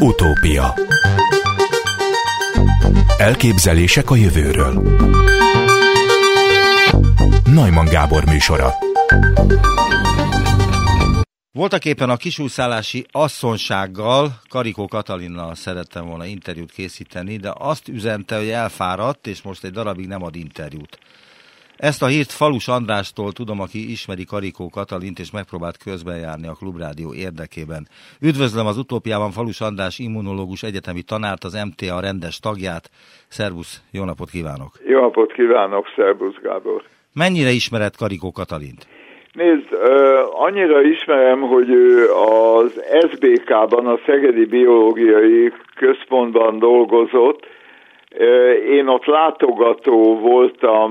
Utópia. Elképzelések a jövőről. Neumann Gábor műsora. Voltaképpen a kisújszállási asszonysággal, Karikó Katalinnal szerettem volna interjút készíteni, de azt üzente, hogy elfáradt, és most egy darabig nem ad interjút. Ezt a hírt Falus Andrástól tudom, aki ismeri Karikó Katalint, és megpróbált közbenjárni a Klubrádió érdekében. Üdvözlöm az Utópiában Falus András immunológus egyetemi tanárt, az MTA rendes tagját. Szervusz, jó napot kívánok! Jó napot kívánok, szervusz Gábor! Mennyire ismered Karikó Katalint? Nézd, annyira ismerem, hogy ő az SBK-ban, a Szegedi Biológiai Központban dolgozott. Én ott látogató voltam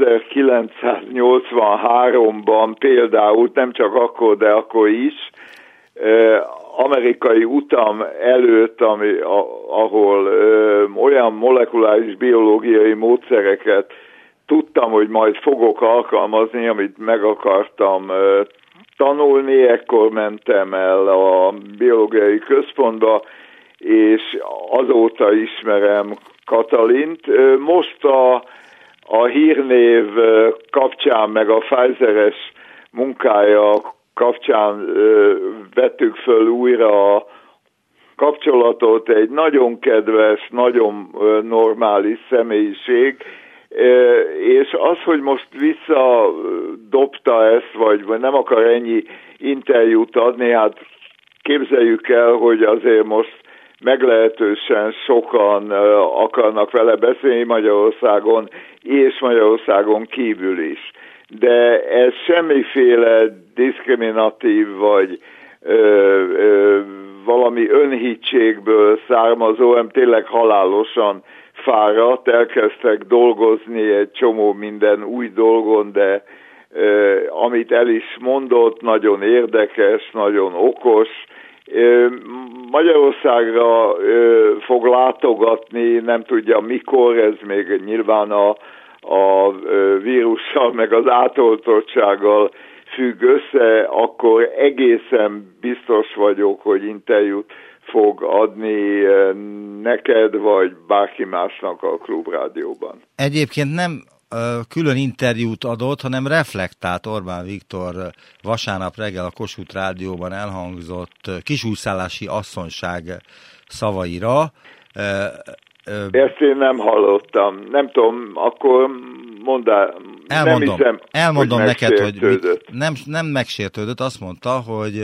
1983-ban például, nem csak akkor, de akkor is, amerikai utam előtt, ahol olyan molekuláris biológiai módszereket tudtam, hogy majd fogok alkalmazni, amit meg akartam tanulni, ekkor mentem el a biológiai központba, és azóta ismerem Katalint. Most a hírnév kapcsán, meg a Pfizeres munkája kapcsán vettük föl újra a kapcsolatot, egy nagyon kedves, nagyon normális személyiség, és az, hogy most visszadobta ezt, vagy nem akar ennyi interjút adni, hát képzeljük el, hogy azért most meglehetősen sokan akarnak vele beszélni Magyarországon, és Magyarországon kívül is. De ez semmiféle diszkriminatív, vagy valami önhitségből származó, hanem tényleg halálosan fáradt, elkezdtek dolgozni egy csomó minden új dolgon, de amit el is mondott, nagyon érdekes, nagyon okos. Magyarországra fog látogatni, nem tudja mikor, ez még nyilván a vírussal, meg az átoltottsággal függ össze, akkor egészen biztos vagyok, hogy interjút fog adni neked, vagy bárki másnak a Klubrádióban. Egyébként nem külön interjút adott, hanem reflektált Orbán Viktor vasárnap reggel a Kossuth Rádióban elhangzott kisújszállási asszonyság szavaira. Ezt én nem hallottam. Nem tudom, akkor mondd el. Elmondom neked, hogy nem megsértődött, azt mondta, hogy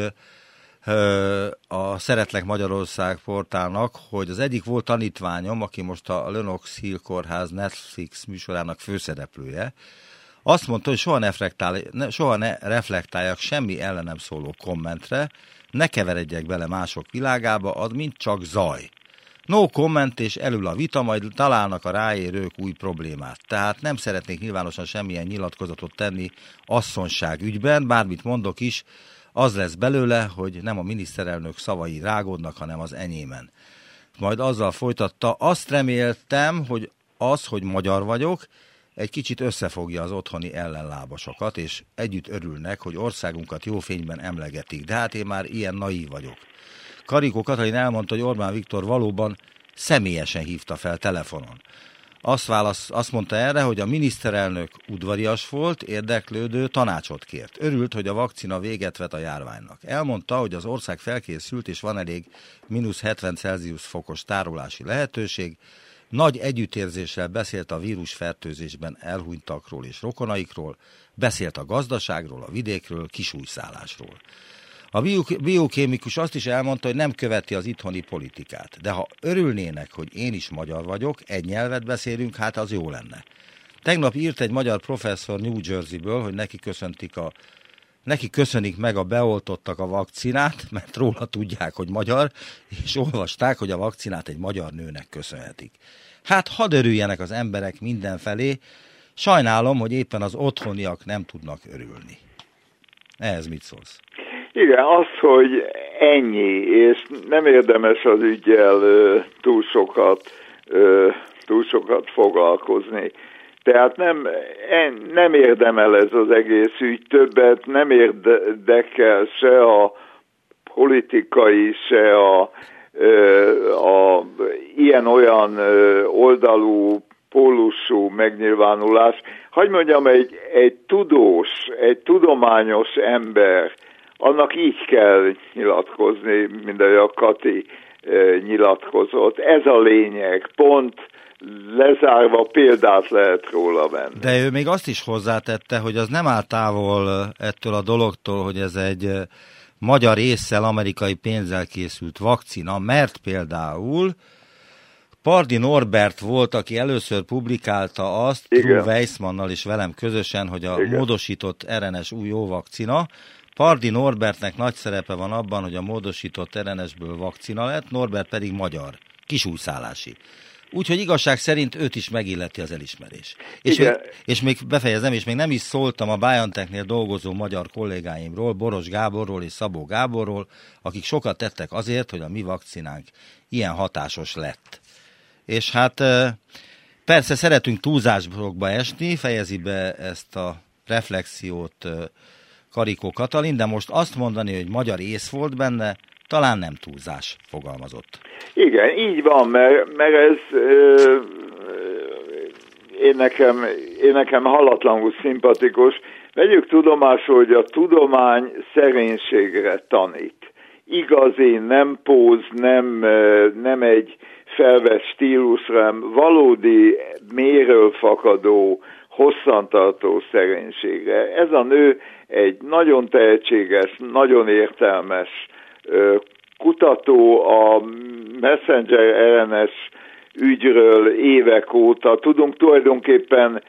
a Szeretlek Magyarország portálnak, hogy az egyik volt tanítványom, aki most a Lenox Hill Kórház Netflix műsorának főszereplője, azt mondta, hogy soha ne reflektáljak semmi ellenem szóló kommentre, ne keveredjek bele mások világába, ad mind csak zaj. No komment, és elül a vita, majd találnak a ráérők új problémát. Tehát nem szeretnék nyilvánosan semmilyen nyilatkozatot tenni asszonyság ügyben, bármit mondok is, az lesz belőle, hogy nem a miniszterelnök szavai rágódnak, hanem az enyémen. Majd azzal folytatta, azt reméltem, hogy hogy magyar vagyok, egy kicsit összefogja az otthoni ellenlábasokat, és együtt örülnek, hogy országunkat jó fényben emlegetik. De hát én már ilyen naív vagyok. Karikó Katalin elmondta, hogy Orbán Viktor valóban személyesen hívta fel telefonon. Azt mondta erre, hogy a miniszterelnök udvarias volt, érdeklődő, tanácsot kért. Örült, hogy a vakcina véget vet a járványnak. Elmondta, hogy az ország felkészült, és van elég -70 fokos tárolási lehetőség. Nagy együttérzéssel beszélt a vírusfertőzésben elhunytakról és rokonaikról, beszélt a gazdaságról, a vidékről, kisújszállásról. A biokémikus azt is elmondta, hogy nem követi az itthoni politikát, de ha örülnének, hogy én is magyar vagyok, egy nyelvet beszélünk, hát az jó lenne. Tegnap írt egy magyar professzor New Jerseyből, hogy neki köszönik meg a beoltottak a vakcinát, mert róla tudják, hogy magyar, és olvasták, hogy a vakcinát egy magyar nőnek köszönhetik. Hát hadd örüljenek az emberek mindenfelé, sajnálom, hogy éppen az otthoniak nem tudnak örülni. Ehhez mit szólsz? Igen, az, hogy ennyi, és nem érdemes az üggyel túl sokat foglalkozni. Tehát nem érdemel ez az egész ügy többet, nem érdekel se a politikai, se a ilyen-olyan oldalú, pólusú megnyilvánulás. Hagy mondjam, egy tudós, egy tudományos ember, annak így kell nyilatkozni, mint ahogy a Kati nyilatkozott. Ez a lényeg, pont lezárva példát lehet róla venni. De ő még azt is hozzátette, hogy az nem áll távol ettől a dologtól, hogy ez egy magyar ésszel, amerikai pénzzel készült vakcina, mert például Pardi Norbert volt, aki először publikálta azt, True Weissmannal és velem közösen, hogy a módosított RNS új jó vakcina. Pardi Norbertnek nagy szerepe van abban, hogy a módosított RNS-ből vakcina lett, Norbert pedig magyar, kisújszállási. Úgyhogy igazság szerint őt is megilleti az elismerés. És még befejezem, és még nem is szóltam a BioNTechnél dolgozó magyar kollégáimról, Boros Gáborról és Szabó Gáborról, akik sokat tettek azért, hogy a mi vakcinánk ilyen hatásos lett. És hát persze szeretünk túlzásokba esni, fejezi be ezt a reflexiót Karikó Katalin, de most azt mondani, hogy magyar ész volt benne, talán nem túlzás, fogalmazott. Igen, így van, mert ez én nekem hallatlanul szimpatikus. Vegyük tudomásul, hogy a tudomány szerénységre tanít. Igazi, nem póz, nem egy felvett stílusra, hanem valódi méről fakadó, hosszantartó szerénységre. Ez a nő egy nagyon tehetséges, nagyon értelmes kutató, a Messenger RNS ügyről évek óta. Tudunk tulajdonképpen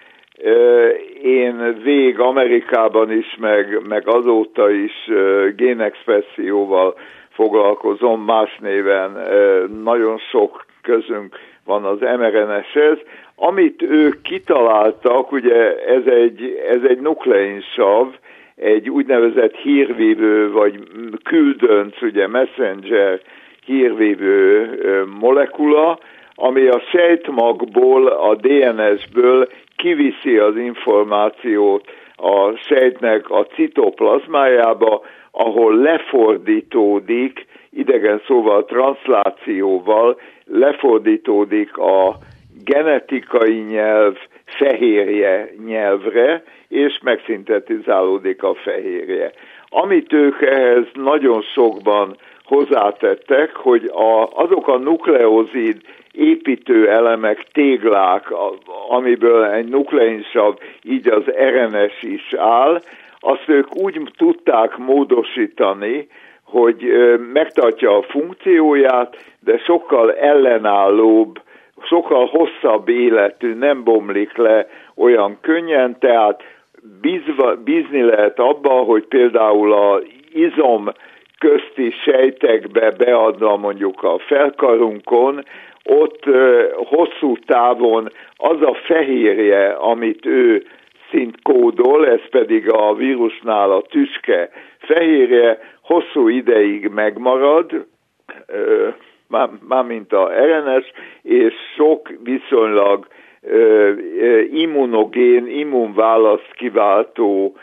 én végig Amerikában is, meg azóta is génexpresszióval foglalkozom, más néven nagyon sok közünk van az mRNS-hez. Amit ők kitaláltak, ugye ez egy nukleinsav, egy úgynevezett hírvívő, vagy küldönc, ugye messenger hírvívő molekula, ami a sejtmagból, a DNS-ből kiviszi az információt a sejtnek a citoplazmájába, ahol lefordítódik, idegen szóval transzlációval lefordítódik a genetikai nyelv fehérje nyelvre, és megszintetizálódik a fehérje. Amit ők ehhez nagyon sokban hozzátettek, hogy azok a nukleozid építő elemek, téglák, amiből egy nukleinsav, így az RNS is áll, azt ők úgy tudták módosítani, hogy megtartja a funkcióját, de sokkal ellenállóbb, sokkal hosszabb életű, nem bomlik le olyan könnyen, tehát bízni lehet abba, hogy például az izom közti sejtekbe beadva mondjuk a felkarunkon, ott hosszú távon az a fehérje, amit ő szintkódol, ez pedig a vírusnál a tüske fehérje, hosszú ideig megmarad, mármint a RNS, és sok viszonylag immunogén, immunválaszt kiváltó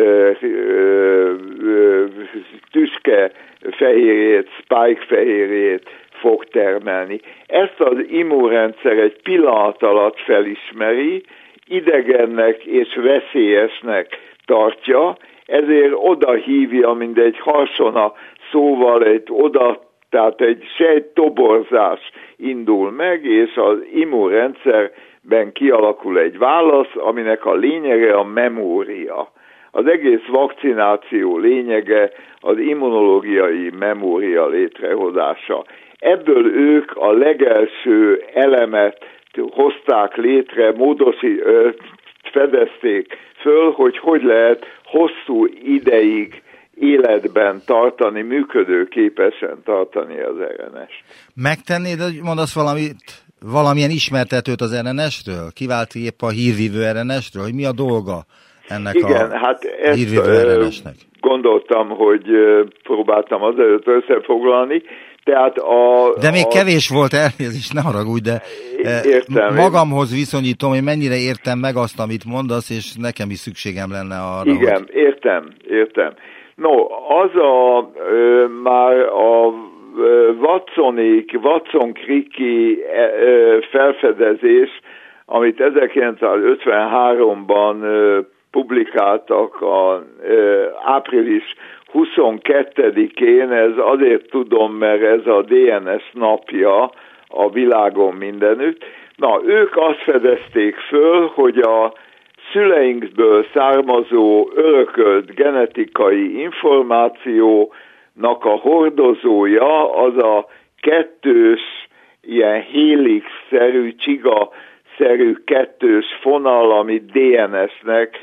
tüske fehérjét, spike fehérjét fog termelni. Ezt az immunrendszer egy pillanat alatt felismeri, idegennek és veszélyesnek tartja, ezért oda hívja, mint egy harsona szóval tehát egy sejttoborzás indul meg, és az immunrendszerben kialakul egy válasz, aminek a lényege a memória. Az egész vakcináció lényege az immunológiai memória létrehozása. Ebből ők a legelső elemet hozták létre, fedezték föl, hogy lehet hosszú ideig életben tartani, működőképesen tartani az RNS-t. Megtennéd, hogy mondasz valamilyen ismertetőt az RNS-ről? Kiválti épp a hírvívő RNS-ről? Hogy mi a dolga ennek a hírvívő RNS-nek? Gondoltam, hogy próbáltam azelőtt összefoglalni. Tehát de még kevés volt, elnézést, ne haragudj, de értem, magamhoz viszonyítom, hogy mennyire értem meg azt, amit mondasz, és nekem is szükségem lenne arra. Igen, értem. No, az már a Watson-Cricky felfedezés, amit 1953-ban publikáltak április 22-én, ez azért tudom, mert ez a DNS napja a világon mindenütt. Na, ők azt fedezték föl, hogy a szüleinkből származó örökölt genetikai információnak a hordozója az a kettős, ilyen helix-szerű, csiga-szerű kettős fonal, amit DNS-nek,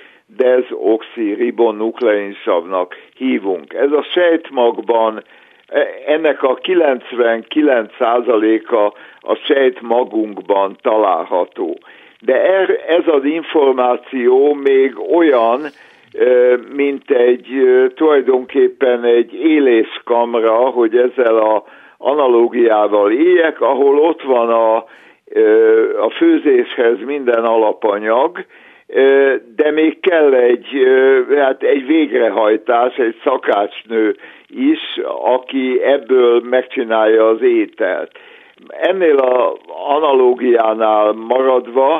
dezoxiribonukleinsavnak hívunk. Ez a sejtmagban, ennek a 99%-a a sejtmagunkban található. De ez az információ még olyan, mint tulajdonképpen egy éléskamra, hogy ezzel az analógiával éljek, ahol ott van a főzéshez minden alapanyag, de még kell egy végrehajtás, egy szakácsnő is, aki ebből megcsinálja az ételt. Ennél az analógiánál maradva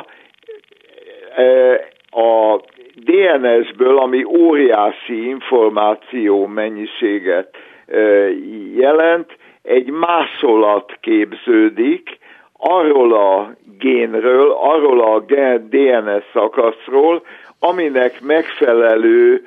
a DNS-ből, ami óriási információ mennyiséget jelent, egy másolat képződik arról a génről, arról a DNS szakaszról, aminek megfelelő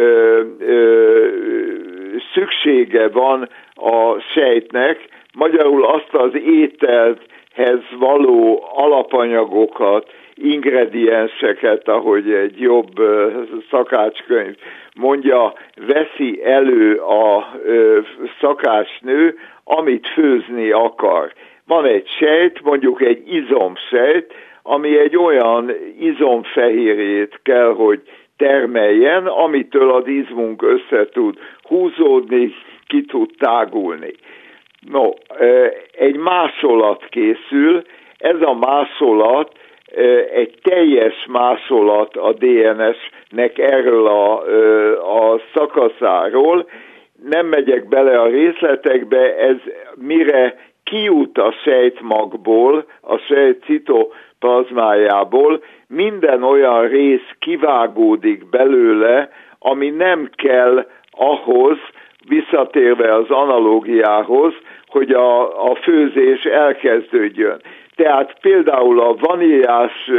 szüksége van a sejtnek, magyarul azt az ételhez való alapanyagokat, ingredienseket, ahogy egy jobb szakácskönyv mondja, veszi elő a szakácsnő, amit főzni akar. Van egy sejt, mondjuk egy izomsejt, ami egy olyan izomfehérjét kell, hogy termeljen, amitől az izmunk össze tud húzódni, ki tud tágulni. No, egy másolat készül, ez a másolat egy teljes másolat a DNS-nek erről a szakaszáról. Nem megyek bele a részletekbe, ez mire kijut a sejtmagból, a sejt citoplazmájából, minden olyan rész kivágódik belőle, ami nem kell ahhoz, visszatérve az analógiához, hogy a főzés elkezdődjön. Tehát például a vaníliás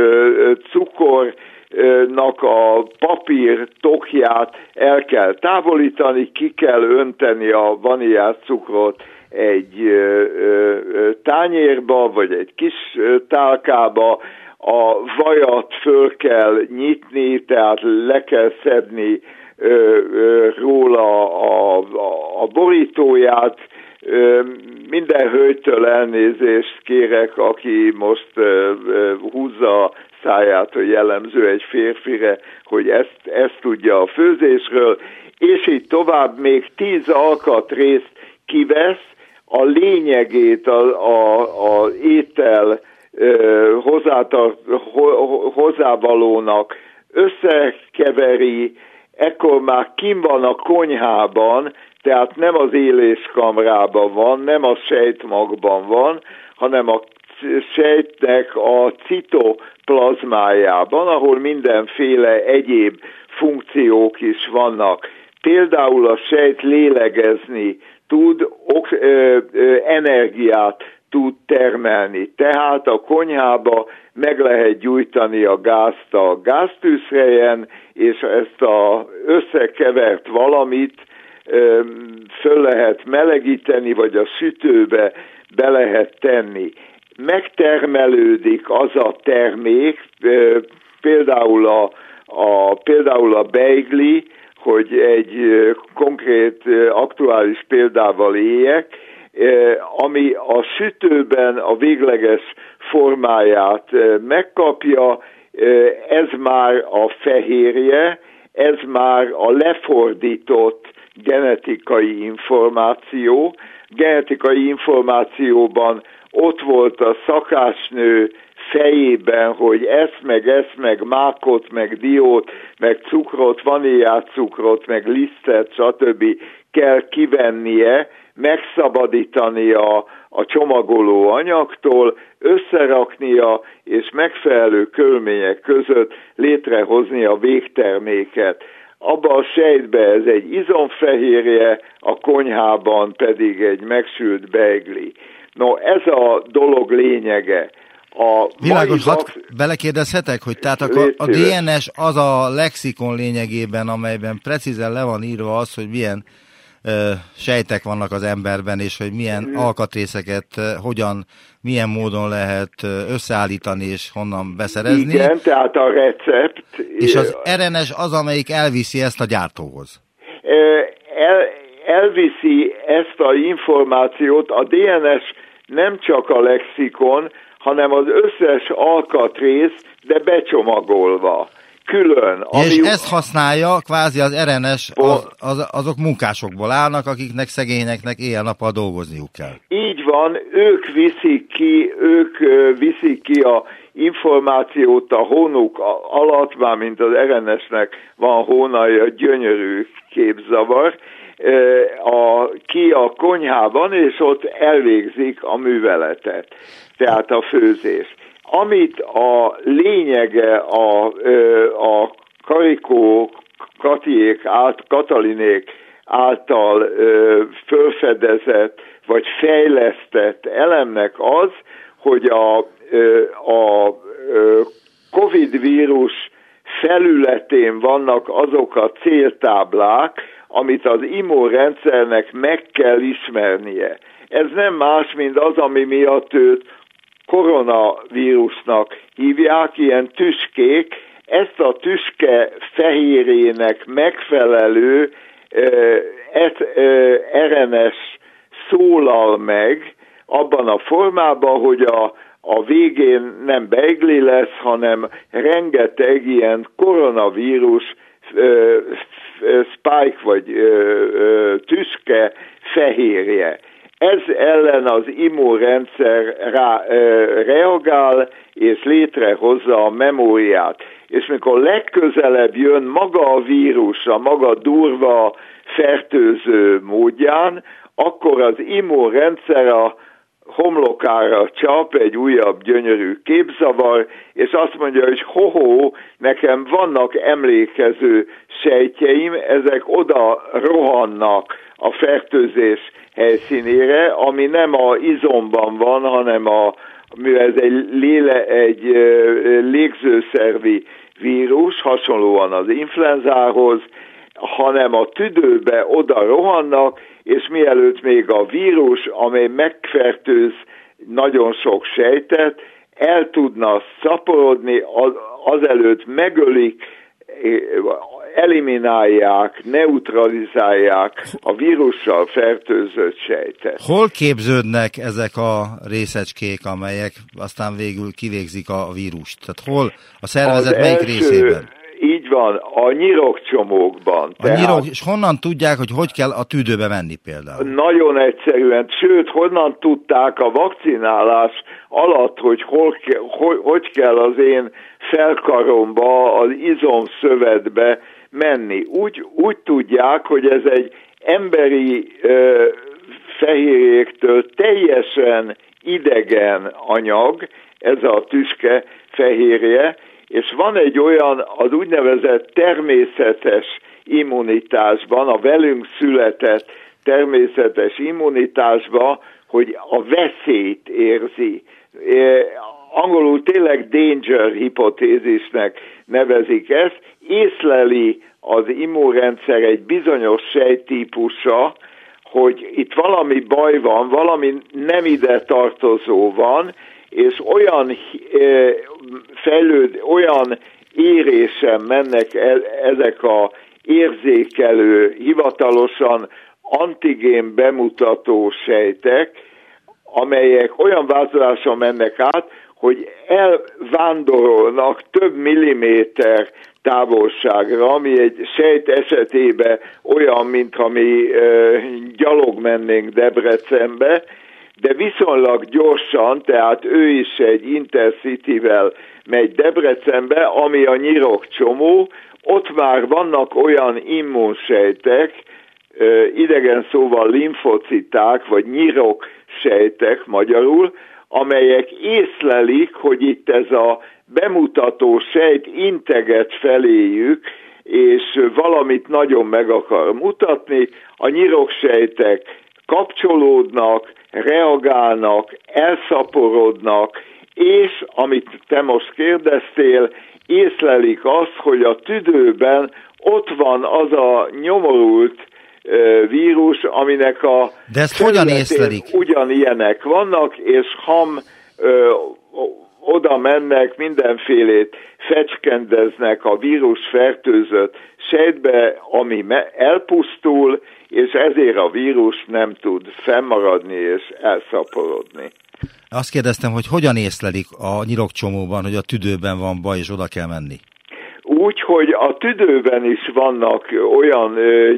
cukornak a papír tokját el kell távolítani, ki kell önteni a vaníliás cukrot egy tányérba, vagy egy kis tálkába, a vajat föl kell nyitni, tehát le kell szedni róla a borítóját. Minden hölgytől elnézést kérek, aki most húzza a száját, hogy jellemző egy férfire, hogy ezt tudja a főzésről, és így tovább még 10 alkatrészt kivesz, a lényegét az étel hozzávalónak összekeveri, ekkor már kint van a konyhában, tehát nem az éléskamrában van, nem a sejtmagban van, hanem a sejtnek a citoplazmájában, ahol mindenféle egyéb funkciók is vannak. Például a sejt lélegezni tud, energiát tud termelni. Tehát a konyhába meg lehet gyújtani a gázt a gáztűzhelyen, és ezt az összekevert valamit föl lehet melegíteni, vagy a sütőbe be lehet tenni. Megtermelődik az a termék, például a beigli, hogy egy konkrét aktuális példával éljek, ami a sütőben a végleges formáját megkapja, ez már a fehérje, ez már a lefordított genetikai információ. Genetikai információban ott volt a szakácsnő fejében, hogy ezt meg mákot, meg diót, meg cukrot, vaníliát cukrot, meg lisztet, stb. Kell kivennie, megszabadítania a csomagoló anyagtól, összeraknia, és megfelelő körülmények között létrehozni a végterméket. Abban a sejtben ez egy izomfehérje, a konyhában pedig egy megsült beigli. No, ez a dolog lényege. Világos, belekérdezhetek, hogy tehát a DNS az a lexikon lényegében, amelyben precízen le van írva az, hogy milyen sejtek vannak az emberben, és hogy milyen alkatrészeket milyen módon lehet összeállítani, és honnan beszerezni. Igen, tehát a recept. És az RNS az, amelyik elviszi ezt a gyártóhoz. Elviszi ezt az információt, a DNS nem csak a lexikon, hanem az összes alkatrész, de becsomagolva. Külön. És ezt használja, kvázi az RNS, azok munkásokból állnak, akiknek szegényeknek éjjel-nappal dolgozniuk kell. Így van, ők viszik ki a információt a hónuk alatt, mármint az RNS-nek van hónalja, gyönyörű képzavar, ki a konyhában, és ott elvégzik a műveletet, tehát a főzés. Amit a lényege a Karikó Katalinék által fölfedezett vagy fejlesztett elemnek az, hogy a Covid vírus felületén vannak azok a céltáblák, amit az immunrendszernek meg kell ismernie. Ez nem más, mint az, ami miatt őt koronavírusnak hívják, ilyen tüskék. Ezt a tüske fehérjének megfelelő RNS szólal meg abban a formában, hogy a végén nem beigli lesz, hanem rengeteg ilyen koronavírus spike vagy tüske fehérje. Ez ellen az immunrendszer reagál, és létrehozza a memóriát. És mikor legközelebb jön maga a vírus, a maga durva fertőző módján, akkor az immunrendszer a homlokára csap egy újabb gyönyörű képzavar, és azt mondja, hogy nekem vannak emlékező sejtjeim, ezek oda rohannak a fertőzés helyszínére, ami nem a izomban van, hanem mivel ez egy légzőszervi vírus, hasonlóan az influenzához, hanem a tüdőbe oda rohannak, és mielőtt még a vírus, amely megfertőz nagyon sok sejtet, el tudna szaporodni, azelőtt megölik, eliminálják, neutralizálják a vírussal fertőzött sejtet. Hol képződnek ezek a részecskék, amelyek aztán végül kivégzik a vírust? Tehát hol a szervezet melyik részében? Így van, a nyirokcsomókban. És honnan tudják, hogy kell a tüdőbe menni például? Nagyon egyszerűen, sőt, honnan tudták a vakcinálás alatt, hogy kell az én felkaromba, az izomszövetbe menni. Úgy tudják, hogy ez egy emberi fehérjéktől teljesen idegen anyag, ez a tüske fehérje, és van egy olyan, az úgynevezett természetes immunitásban, a velünk született természetes immunitásban, hogy a veszélyt érzi. Angolul tényleg danger hipotézisnek nevezik ezt, észleli az immunrendszer egy bizonyos sejttípusa, hogy itt valami baj van, valami nem ide tartozó van, és olyan érésen mennek ezek a érzékelő, hivatalosan antigén bemutató sejtek, amelyek olyan változáson mennek át, hogy elvándorolnak több milliméter távolságra, ami egy sejt esetében olyan, mintha mi gyalog mennénk Debrecenbe. de viszonylag gyorsan, tehát ő is egy Intercityvel megy Debrecenbe, ami a nyirokcsomó. Ott már vannak olyan immunsejtek, idegen szóval limfociták, vagy nyiroksejtek magyarul, amelyek észlelik, hogy itt ez a bemutató sejt integet feléjük, és valamit nagyon meg akar mutatni. A nyiroksejtek kapcsolódnak, reagálnak, elszaporodnak, és, amit te most kérdeztél, észlelik azt, hogy a tüdőben ott van az a nyomorult vírus, aminek a de ezt hogyan észlelik? Ugyanilyenek vannak, és oda mennek, mindenfélét fecskendeznek a vírus fertőzött sejtbe, ami elpusztul, és ezért a vírus nem tud fennmaradni és elszaporodni. Azt kérdeztem, hogy hogyan észlelik a nyirokcsomóban, hogy a tüdőben van baj, és oda kell menni? Úgy, hogy a tüdőben is vannak olyan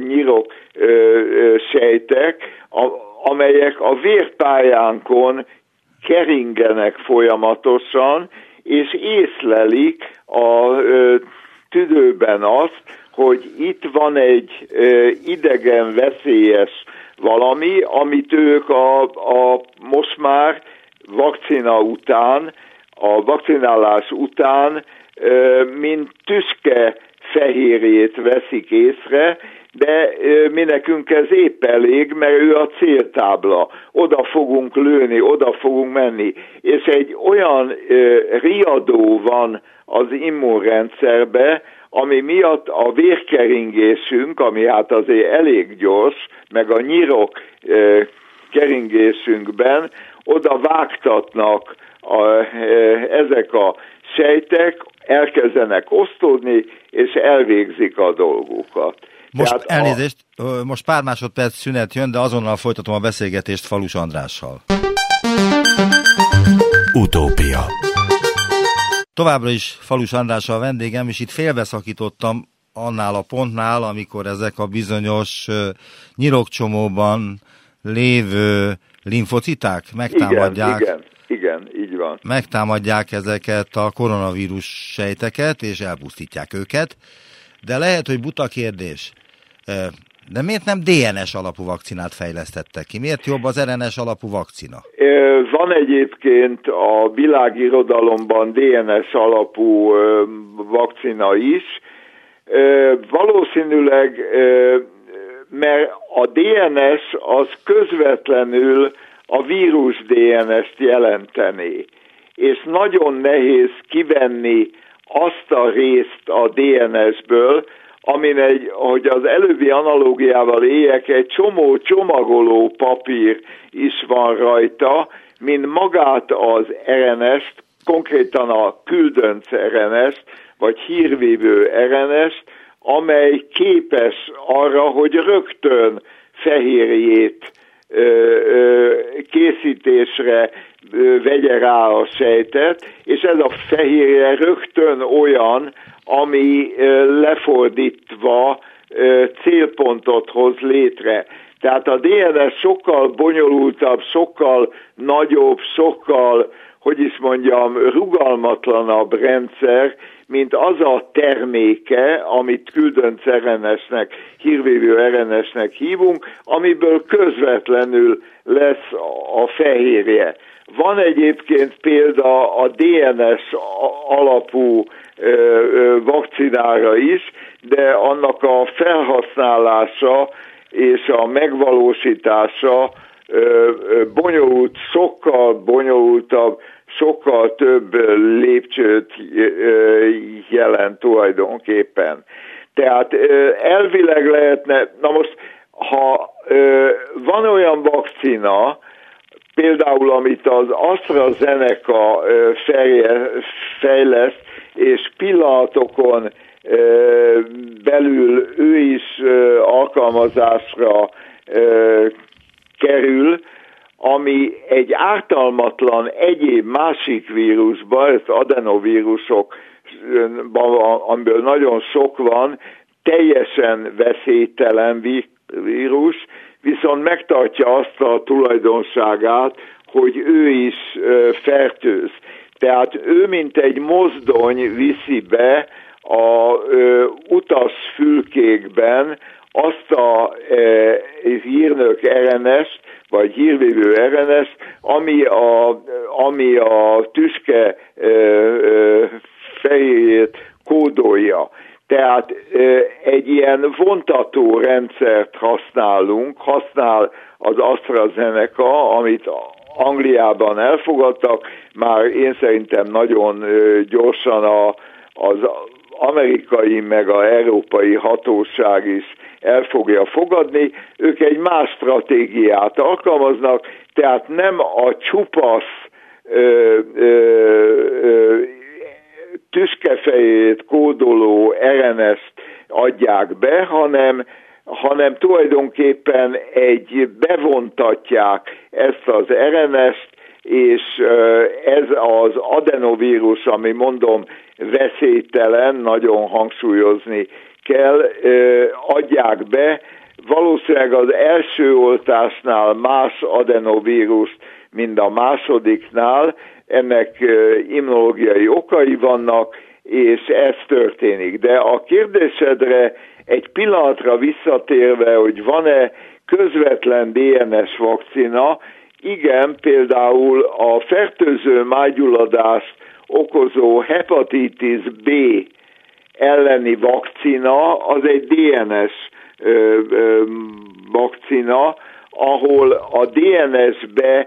nyiroksejtek, amelyek a vérpályánkon keringenek folyamatosan, és észlelik a tüdőben azt, hogy itt van egy idegen veszélyes valami, amit ők most már vakcina után, a vakcinálás után mint tüske fehérjét veszik észre, de mi nekünk ez épp elég, mert ő a céltábla. Oda fogunk lőni, oda fogunk menni. És egy olyan riadó van az immunrendszerbe, ami miatt a vérkeringésünk, ami hát azért elég gyors, meg a nyirok keringésünkben oda vágtatnak ezek a sejtek, elkezdenek osztódni, és elvégzik a dolgukat. Most elnézést, most pár másodperc szünet jön, de azonnal folytatom a beszélgetést Falus Andrással. Utópia. Továbbra is Falus András a vendégem, és itt félbeszakítottam annál a pontnál, amikor ezek a bizonyos nyirokcsomóban lévő limfociták megtámadják. Igen, így van. Megtámadják ezeket a koronavírus sejteket, és elpusztítják őket. De lehet, hogy buta kérdés. De miért nem DNS alapú vakcinát fejlesztettek ki? Miért jobb az RNS alapú vakcina? Van egyébként a világirodalomban DNS alapú vakcina is. Valószínűleg, mert a DNS az közvetlenül a vírus DNS-t jelenteni, és nagyon nehéz kivenni azt a részt a DNS-ből, amin hogy az előbbi analógiával éljek, egy csomó csomagoló papír is van rajta, mint magát az RNS-t, konkrétan a küldönc RNS-t, vagy hírvívő RNS-t, amely képes arra, hogy rögtön fehérjét készítésre vegye rá a sejtet, és ez a fehérje rögtön olyan, ami lefordítva célpontot hoz létre. Tehát a DNS sokkal bonyolultabb, sokkal nagyobb, sokkal, rugalmatlanabb rendszer, mint az a terméke, amit küldönc RNS-nek, hírvívő RNS-nek hívunk, amiből közvetlenül lesz a fehérje. Van egyébként példa a DNS alapú vakcinára is, de annak a felhasználása és a megvalósítása bonyolult, sokkal bonyolultabb, sokkal több lépcsőt jelent tulajdonképpen. Tehát elvileg lehetne, na most, ha van olyan vakcina, például amit az AstraZeneca fejleszt, és pillanatokon belül ő is alkalmazásra kerül, ami egy ártalmatlan egyéb másik vírusban, ez adenovírusokban, amiből nagyon sok van, teljesen veszélytelen vírus, viszont megtartja azt a tulajdonságát, hogy ő is fertőz. Tehát ő, mint egy mozdony viszi be a utasfülkékben azt a hírnök RNS-t, vagy hírvívő RNS-t, ami a tüske fehérjét kódolja. Tehát egy ilyen vontató rendszert használ az AstraZeneca, amit Angliában elfogadtak, már én szerintem nagyon gyorsan az amerikai meg az európai hatóság is el fogja fogadni. Ők egy más stratégiát alkalmaznak, tehát nem a csupasz tüskefejét kódoló RNS-t adják be, hanem tulajdonképpen bevontatják ezt az RNS-t, és ez az adenovírus, ami mondom veszélytelen, nagyon hangsúlyozni kell, adják be. Valószínűleg az első oltásnál más adenovírus, mint a másodiknál, ennek immunológiai okai vannak, és ez történik. De a kérdésedre egy pillanatra visszatérve, hogy van-e közvetlen DNS vakcina, igen, például a fertőző májgyulladást okozó hepatitis B elleni vakcina, az egy DNS vakcina, ahol a DNS-be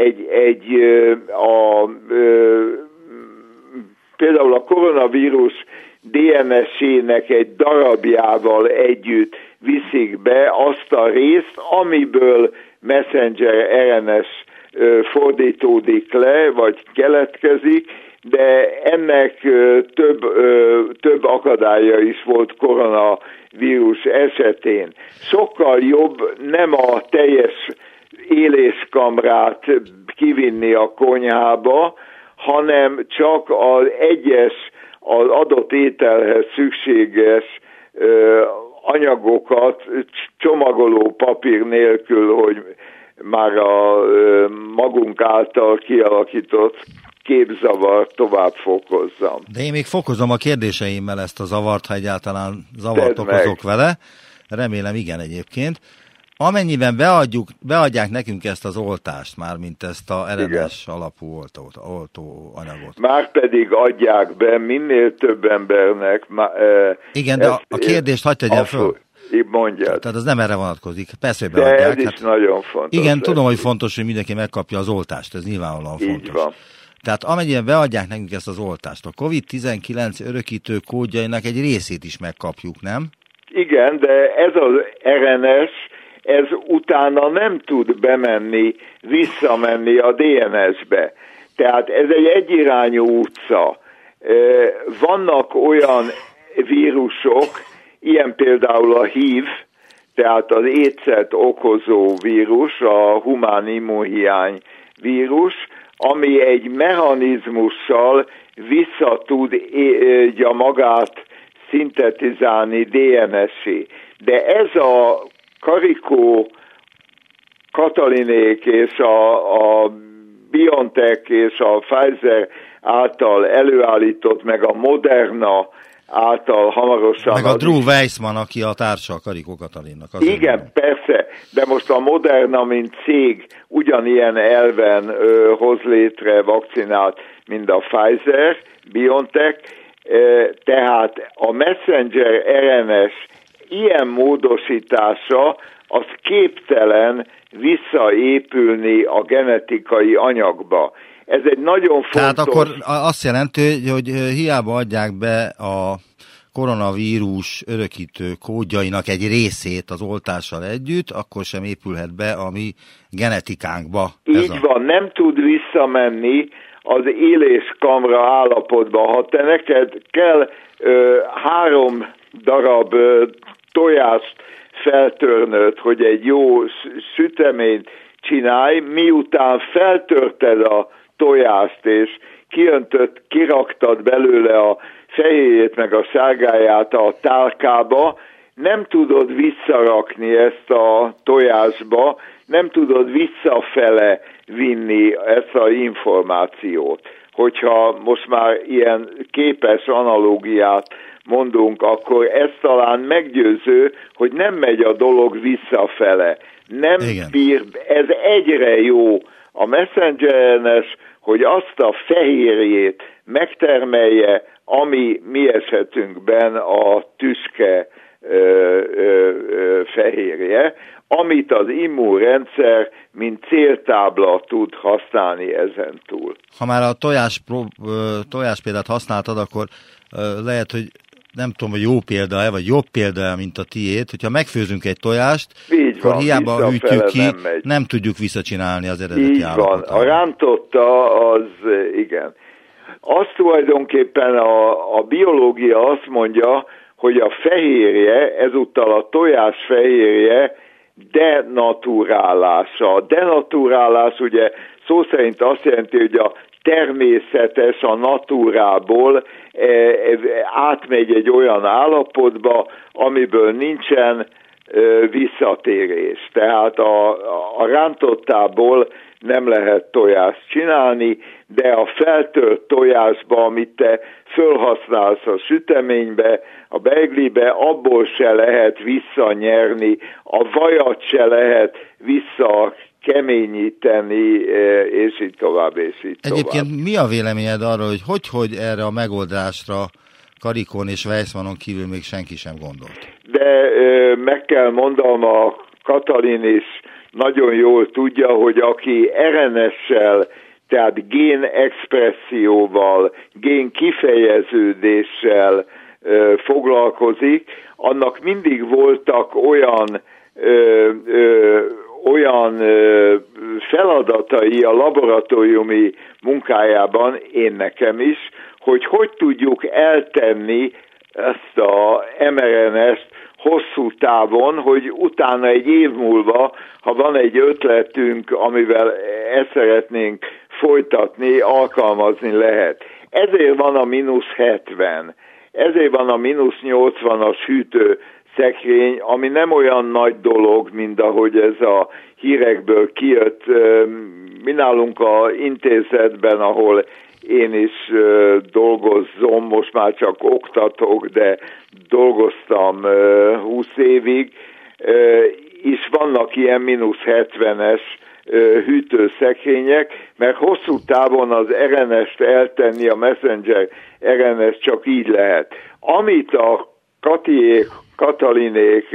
például a koronavírus DNS-ének egy darabjával együtt viszik be azt a részt, amiből messenger RNS fordítódik le, vagy keletkezik, de ennek több akadálya is volt koronavírus esetén. Sokkal jobb nem a teljes éléskamrát kivinni a konyhába, hanem csak az adott ételhez szükséges anyagokat csomagoló papír nélkül, hogy már a magunk által kialakított képzavart tovább fokozzam. De én még fokozom a kérdéseimmel ezt a zavart, ha egyáltalán zavart okozok vele. Remélem igen egyébként. Amennyiben beadják nekünk ezt az oltást, mármint ezt a RNS alapú oltóanyagot. Márpedig adják be minél több embernek. Igen, de a kérdést hagyd tegyem föl. Mondjad. Tehát az nem erre vonatkozik. Persze, hogy beadják. De ez is nagyon fontos. Igen, tudom, hogy fontos, hogy mindenki megkapja az oltást. Ez nyilvánvalóan fontos. Így van. Tehát amennyiben beadják nekünk ezt az oltást, a COVID-19 örökítő kódjainak egy részét is megkapjuk, nem? Igen, de ez az RNS, ez utána nem tud visszamenni a DNS-be. Tehát ez egy egyirányú utca. Vannak olyan vírusok, ilyen például a HIV, tehát az AIDS-et okozó vírus, a humán immunhiány vírus, ami egy mechanizmussal vissza tudja magát szintetizálni DNS-é. De ez a Karikó Katalinék és a BioNTech és a Pfizer által előállított, meg a Moderna által hamarosan... Meg a Drew Weissman, aki a társa a Karikó Katalinnak. Igen, persze, de most a Moderna, mint cég, ugyanilyen elven hoz létre vakcinát, mint a Pfizer, BioNTech, tehát a messenger RNS ilyen módosítása az képtelen visszaépülni a genetikai anyagba. Ez egy nagyon fontos... Tehát akkor azt jelenti, hogy hiába adják be a koronavírus örökítő kódjainak egy részét az oltással együtt, akkor sem épülhet be a mi genetikánkba. Így van, nem tud visszamenni az éléskamra állapotba. Ha te neked kell 3 darab tojást feltörnöd, hogy egy jó süteményt csinálj, miután feltörted a tojást, és kiraktad belőle a fehérjét meg a sárgáját a tálkába, nem tudod visszarakni ezt a tojásba, nem tudod visszafele vinni ezt az információt. Hogyha most már ilyen képes analógiát mondunk, akkor ez talán meggyőző, hogy nem megy a dolog visszafele. Nem bír, ez egyre jó a Messenger-RNS, hogy azt a fehérjét megtermelje, ami mi esetünkben a tüske fehérje, amit az immunrendszer mint céltábla tud használni ezen túl. Ha már a tojás példát használtad, akkor lehet, hogy nem tudom, hogy jó példa-e, vagy jobb példa-e, mint a tiéd, hogyha megfőzünk egy tojást, így akkor van, hiába hűtjük ki, nem tudjuk visszacsinálni az eredeti így állapotot. Van, a rántotta az, igen. Az tulajdonképpen a biológia azt mondja, hogy a fehérje, ezúttal a tojás fehérje denaturálása. A denaturálás ugye szó szerint azt jelenti, hogy a természetes, a naturából átmegy egy olyan állapotba, amiből nincsen visszatérés. Tehát a rántottából nem lehet tojást csinálni, de a feltölt tojásba, amit te fölhasználsz a süteménybe, a beiglibe, abból se lehet visszanyerni, a vajat se lehet visszakeményíteni, és így tovább, és így tovább. Egyébként mi a véleményed arról, hogy erre a megoldásra Karikón és Weissmannon kívül még senki sem gondolt? De meg kell mondanom, a Katalin is nagyon jól tudja, hogy aki RNS-sel, tehát génexpresszióval, génkifejeződéssel foglalkozik, annak mindig voltak olyan feladatai a laboratóriumi munkájában, én nekem is, hogy tudjuk eltenni ezt a mRNS-t hosszú távon, hogy utána egy év múlva, ha van egy ötletünk, amivel ezt szeretnénk folytatni, alkalmazni lehet. Ezért van a -70, ezért van a -80-as hűtőszekrény, ami nem olyan nagy dolog, mint ahogy ez a hírekből kijött. Mi nálunk az intézetben, ahol én is dolgozom, most már csak oktatok, de dolgoztam 20 évig, és vannak ilyen -70-es hűtőszekrények, mert hosszú távon az RNS-t eltenni, a messenger RNS csak így lehet. Amit a Katalinék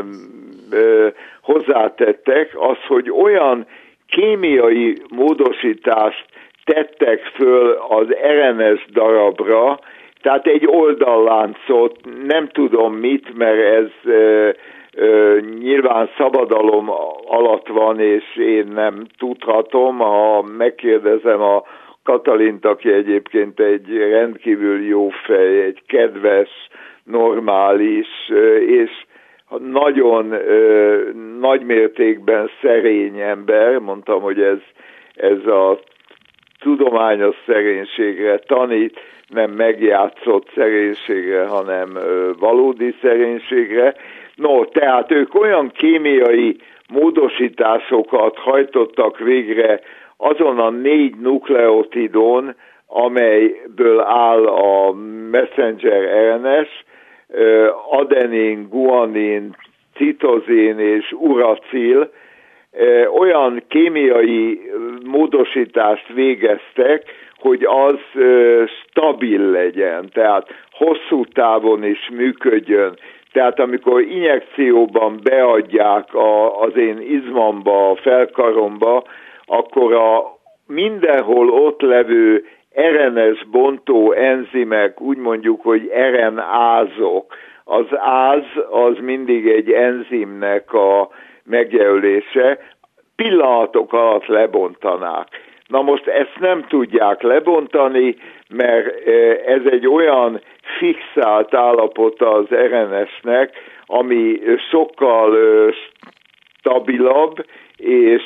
hozzátettek, az, hogy olyan kémiai módosítást tettek föl az RNS darabra, tehát egy oldalláncot, nem tudom mit, mert ez nyilván szabadalom alatt van, és én nem tudhatom, ha megkérdezem a Katalint, aki egyébként egy rendkívül jó fej, egy kedves, normális, és nagyon nagy mértékben szerény ember, mondtam, hogy ez a tudományos szerénységre tanít, nem megjátszott szerénységre, hanem valódi szerénységre. No, tehát ők olyan kémiai módosításokat hajtottak végre azon a 4 nukleotidon, amelyből áll a messenger RNS, adenin, guanin, citozin és uracil, olyan kémiai módosítást végeztek, hogy az stabil legyen, tehát hosszú távon is működjön. Tehát amikor injekcióban beadják az én izmamba, a felkaromba, akkor a mindenhol ott levő RNS bontó enzimek, úgy mondjuk, hogy RNázok. Az áz az mindig egy enzimnek a megjelölése, pillanatok alatt lebontanák. Na most ezt nem tudják lebontani, mert ez egy olyan fixált állapota az RNS-nek, ami sokkal stabilabb, és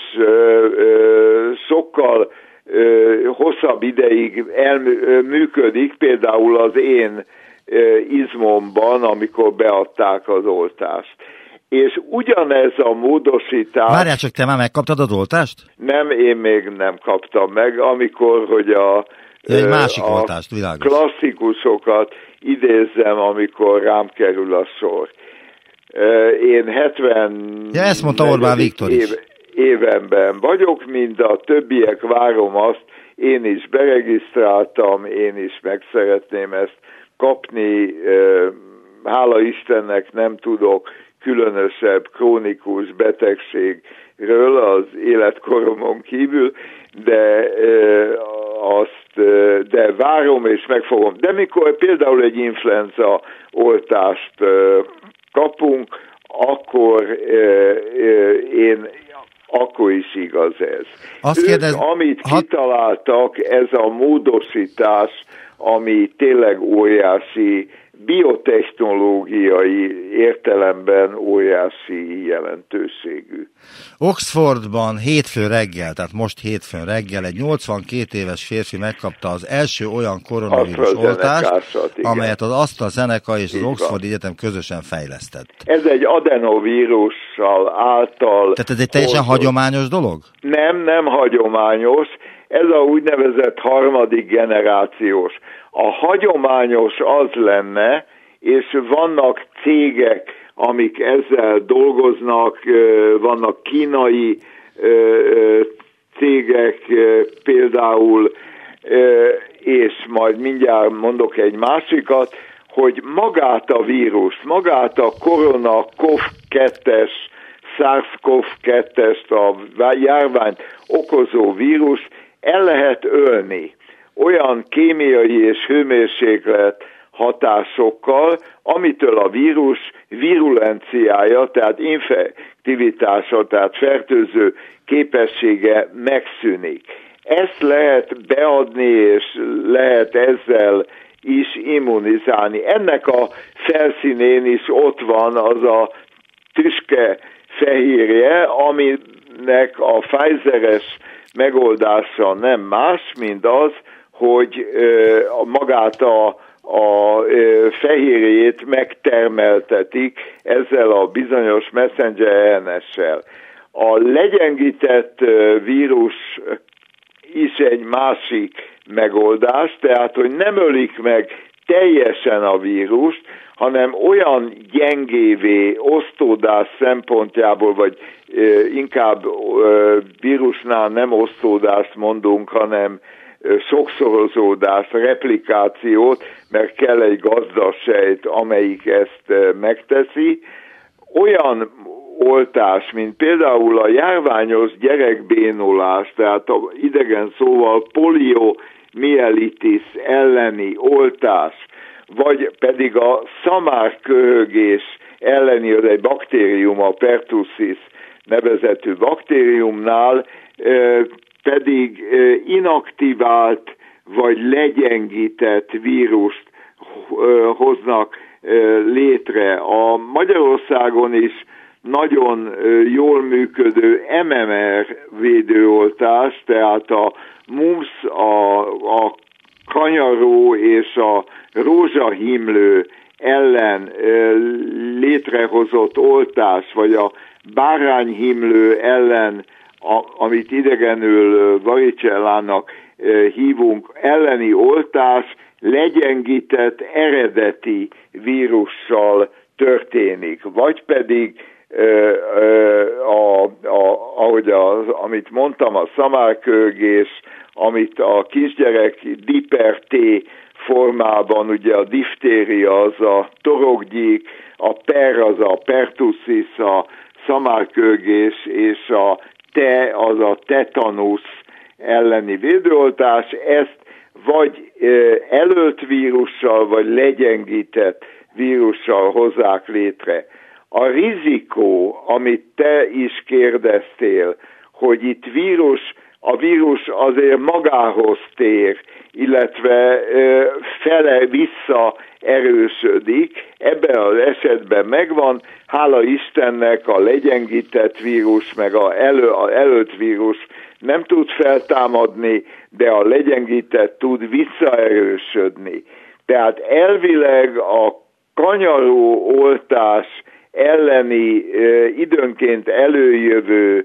sokkal hosszabb ideig működik, például az én izmomban, amikor beadták az oltást. És ugyanez a módosítás... Várjál csak, te már megkaptad az oltást? Nem, én még nem kaptam meg, amikor, hogy egy másik oltást, világos. Klasszikusokat idézzem, amikor rám kerül a sor. Én 70 ezt mondta Orbán Viktor is. Évenben vagyok, mint a többiek, várom azt, én is beregisztráltam, én is meg szeretném ezt kapni, hála Istennek nem tudok különösebb krónikus betegségről az életkoromon kívül, de várom és megfogom. De mikor például egy influenza oltást kapunk, akkor is igaz ez. Amit kitaláltak, ez a módosítás, ami tényleg óriási, biotechnológiai értelemben óriási jelentőségű. Oxfordban hétfőn reggel, tehát most hétfőn reggel egy 82 éves férfi megkapta az első olyan koronavírus oltást, amelyet az AstraZeneca és az Oxford Egyetem közösen fejlesztett. Ez egy adenovírussal által... Tehát ez egy teljesen hagyományos dolog? Nem hagyományos. Ez a úgynevezett harmadik generációs. A hagyományos az lenne, és vannak cégek, amik ezzel dolgoznak, vannak kínai cégek például, és majd mindjárt mondok egy másikat, hogy magát a vírust, magát a korona COV-2-es, SARS-CoV-2-est, a járványt okozó vírust el lehet ölni olyan kémiai és hőmérséklet hatásokkal, amitől a vírus virulenciája, tehát infektivitása, tehát fertőző képessége megszűnik. Ezt lehet beadni, és lehet ezzel is immunizálni. Ennek a felszínén is ott van az a tüske fehérje, aminek a Pfizeres megoldása nem más, mint az, hogy magát a fehérjét megtermeltetik ezzel a bizonyos messenger RNS-sel. A legyengített vírus is egy másik megoldás, tehát hogy nem ölik meg teljesen a vírust, hanem olyan gyengévé osztódás szempontjából, vagy inkább vírusnál nem osztódást mondunk, hanem sokszorozódást, replikációt, mert kell egy gazdasejt, amelyik ezt megteszi. Olyan oltás, mint például a járványos gyerekbénulás, tehát idegen szóval poliomielitis elleni oltás, vagy pedig a szamárköhögés elleni, az egy baktérium, a pertussis nevezetű baktériumnál, pedig inaktivált vagy legyengített vírust hoznak létre. A Magyarországon is nagyon jól működő MMR védőoltás, tehát a mumps, a kanyaró és a rózsahimlő ellen létrehozott oltás, vagy a bárányhimlő ellen, amit idegenül varicellának hívunk, elleni oltás legyengített eredeti vírussal történik. Vagy pedig, amit mondtam, a szamárköhögés, amit a kisgyerek diper T formában, ugye a diftéria az a torokgyík, a per az a pertussis, a szamárköhögés, és a te az a tetanusz elleni védőoltás, ezt vagy elölt vírussal, vagy legyengített vírussal hozzák létre. A rizikó, amit te is kérdeztél, hogy itt a vírus azért magához tér, illetve fele-vissza erősödik, ebben az esetben megvan, hála Istennek a legyengített vírus, meg az előtt vírus nem tud feltámadni, de a legyengített tud visszaerősödni. Tehát elvileg a kanyaró oltás elleni időnként előjövő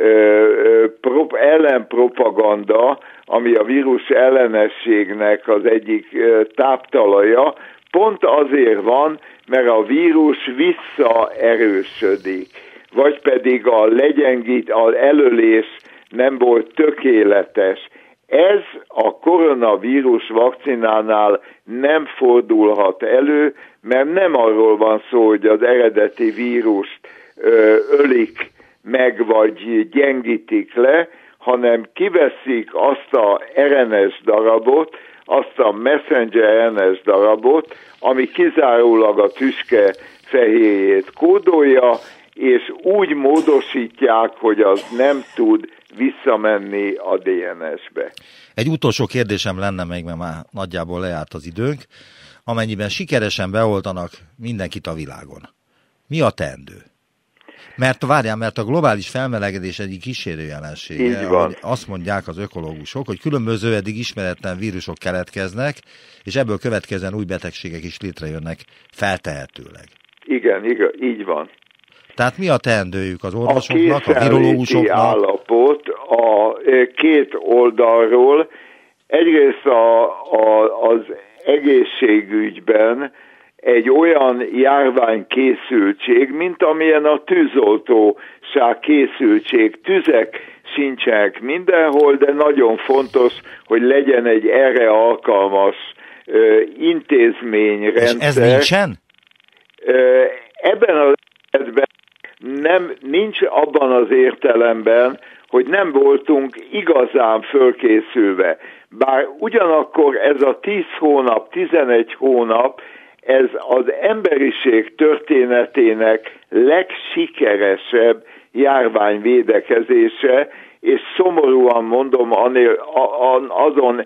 ellenpropaganda, ami a vírus ellenességnek az egyik táptalaja, pont azért van, mert a vírus visszaerősödik, vagy pedig az elölés nem volt tökéletes. Ez a koronavírus vakcinánál nem fordulhat elő, mert nem arról van szó, hogy az eredeti vírust ölik meg, vagy gyengítik le, hanem kiveszik azt a RNS darabot, azt a messenger RNS darabot, ami kizárólag a tüske fehérjét kódolja, és úgy módosítják, hogy az nem tud visszamenni a DNS-be. Egy utolsó kérdésem lenne még, mert már nagyjából lejárt az időnk. Amennyiben sikeresen beoltanak mindenkit a világon, mi a teendő? Mert a globális felmelegedés egyik kísérőjelensége, hogy azt mondják az ökológusok, hogy különböző eddig ismeretlen vírusok keletkeznek, és ebből következően új betegségek is létrejönnek feltehetőleg. Igen, így van. Tehát mi a teendőjük az orvosoknak, a virológusoknak? A állapot a két oldalról, egyrészt az egészségügyben egy olyan járványkészültség, mint amilyen a tűzoltóság készültség. Tüzek sincsenek mindenhol, de nagyon fontos, hogy legyen egy erre alkalmas intézményrendszer. És ez nincsen? Ebben az esetben nincs abban az értelemben, hogy nem voltunk igazán fölkészülve. Bár ugyanakkor ez a 10 hónap, 11 hónap, ez az emberiség történetének legsikeresebb járványvédekezése, és szomorúan mondom, azon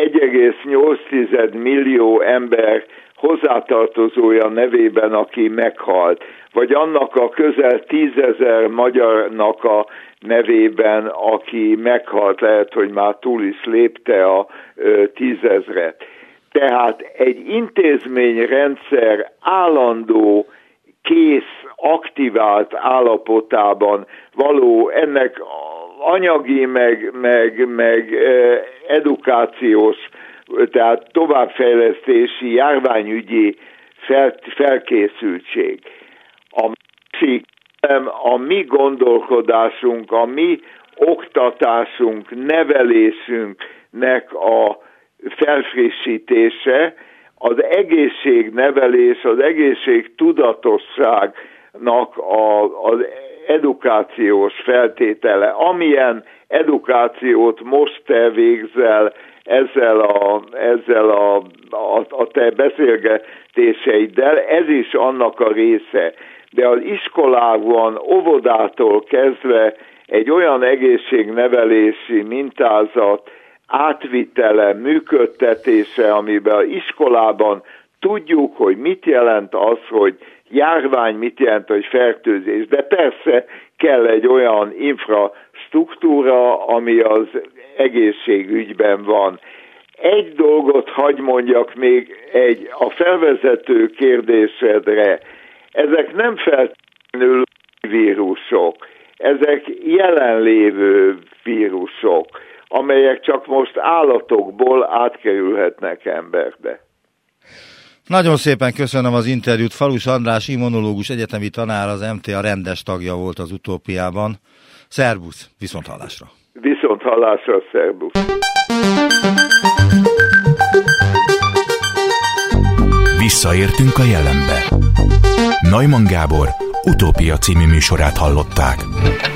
1,8 millió ember hozzátartozója nevében, aki meghalt, vagy annak a közel 10 000 magyarnak a nevében, aki meghalt, lehet, hogy már túl is lépte a 10 000-et. Tehát egy intézményrendszer állandó, kész, aktivált állapotában való ennek anyagi, meg edukációs, tehát továbbfejlesztési, járványügyi felkészültség. A másik, a mi gondolkodásunk, a mi oktatásunk, nevelésünknek a felfrissítése, az egészségnevelés, az egészségtudatosságnak az edukációs feltétele. Amilyen edukációt most te végzel ezzel a te beszélgetéseiddel, ez is annak a része. De az iskolában, óvodától kezdve egy olyan egészségnevelési mintázat átvitele, működtetése, amiben az iskolában tudjuk, hogy mit jelent az, hogy járvány, mit jelent, hogy fertőzés. De persze kell egy olyan infrastruktúra, ami az egészségügyben van. Egy dolgot hadd mondjak még a felvezető kérdésedre. Ezek nem feltétlenül vírusok, ezek jelenlévő vírusok, amelyek csak most állatokból átkerülhetnek emberbe. Nagyon szépen köszönöm az interjút. Falus András, immunológus, egyetemi tanár, az MTA rendes tagja volt az Utópiában. Szerbusz, viszonthallásra. Viszonthallásra, szerbusz. Visszaértünk a jelenbe. Neumann Gábor Utópia című műsorát hallották.